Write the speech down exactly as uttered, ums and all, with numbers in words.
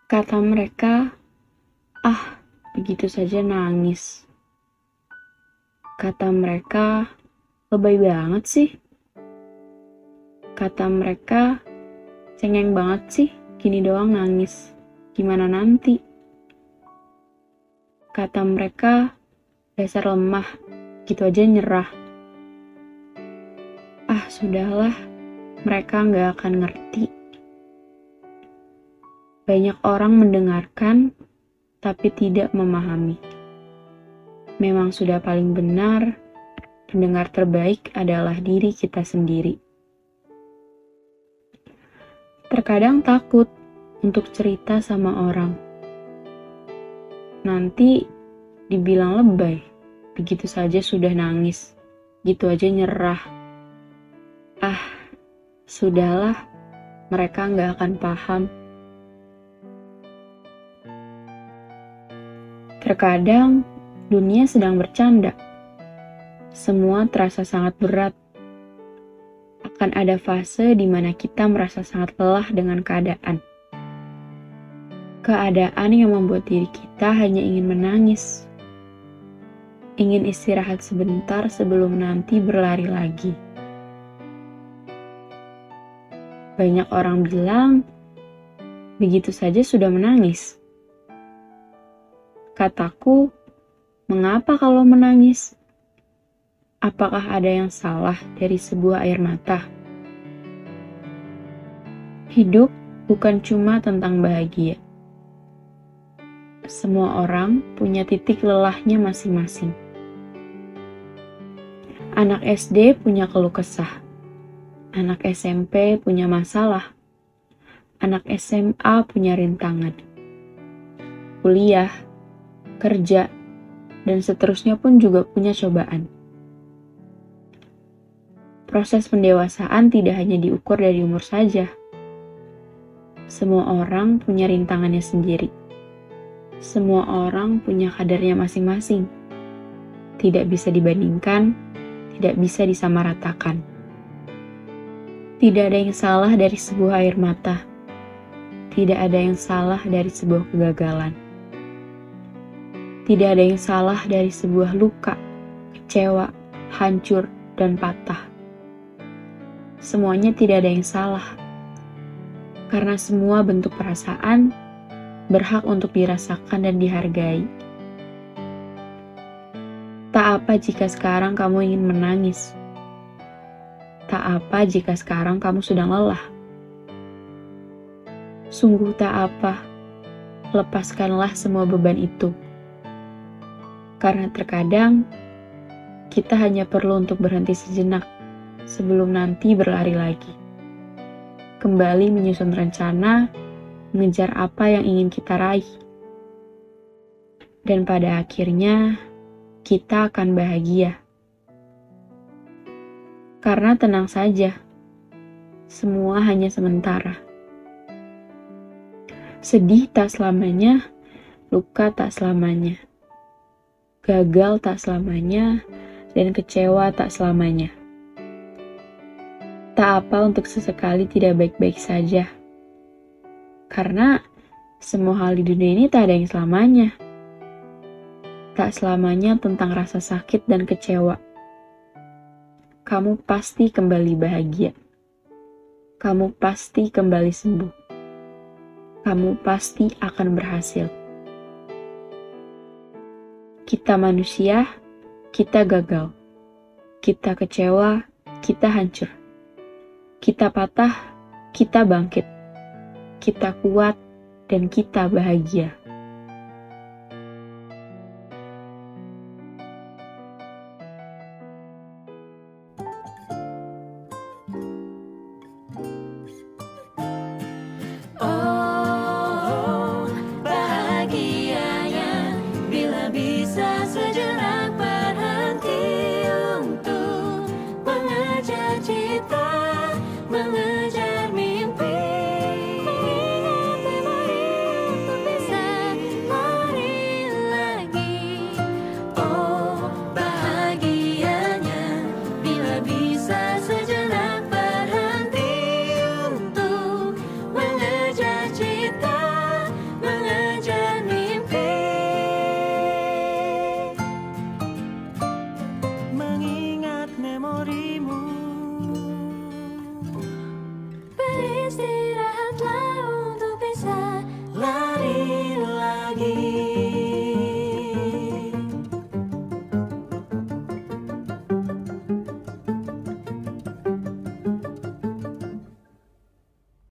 Kata mereka, ah, begitu saja nangis. Kata mereka, lebay banget sih. Kata mereka, cengeng banget sih, gini doang nangis. Gimana nanti? Kata mereka, dasar lemah, gitu aja nyerah. Ah, sudahlah, mereka nggak akan ngerti. Banyak orang mendengarkan, tapi tidak memahami. Memang sudah paling benar, pendengar terbaik adalah diri kita sendiri. Terkadang takut untuk cerita sama orang. Nanti dibilang lebay, begitu saja sudah nangis, gitu aja nyerah. Ah, sudahlah, mereka nggak akan paham. Terkadang dunia sedang bercanda. Semua terasa sangat berat. Akan ada fase di mana kita merasa sangat lelah dengan keadaan. Keadaan yang membuat diri kita hanya ingin menangis. Ingin istirahat sebentar sebelum nanti berlari lagi. Banyak orang bilang, begitu saja sudah menangis. Kataku, mengapa kalau menangis? Apakah ada yang salah dari sebuah air mata? Hidup bukan cuma tentang bahagia. Semua orang punya titik lelahnya masing-masing. Anak S D punya keluh kesah. Anak S M P punya masalah. Anak S M A punya rintangan. Kuliah, kerja, dan seterusnya pun juga punya cobaan. Proses pendewasaan tidak hanya diukur dari umur saja. Semua orang punya rintangannya sendiri. Semua orang punya kadarnya masing-masing. Tidak bisa dibandingkan, tidak bisa disamaratakan. Tidak ada yang salah dari sebuah air mata. Tidak ada yang salah dari sebuah kegagalan. Tidak ada yang salah dari sebuah luka, kecewa, hancur, dan patah. Semuanya tidak ada yang salah. Karena semua bentuk perasaan berhak untuk dirasakan dan dihargai. Tak apa jika sekarang kamu ingin menangis. Tak apa jika sekarang kamu sedang lelah. Sungguh tak apa, lepaskanlah semua beban itu. Karena terkadang, kita hanya perlu untuk berhenti sejenak sebelum nanti berlari lagi. Kembali menyusun rencana, mengejar apa yang ingin kita raih. Dan pada akhirnya, kita akan bahagia. Karena tenang saja, semua hanya sementara. Sedih tak selamanya, luka tak selamanya. Gagal tak selamanya, dan kecewa tak selamanya. Tak apa untuk sesekali tidak baik-baik saja. Karena semua hal di dunia ini tak ada yang selamanya. Tak selamanya tentang rasa sakit dan kecewa. Kamu pasti kembali bahagia. Kamu pasti kembali sembuh. Kamu pasti akan berhasil. Kita manusia, kita gagal. Kita kecewa, kita hancur. Kita patah, kita bangkit. Kita kuat, dan kita bahagia.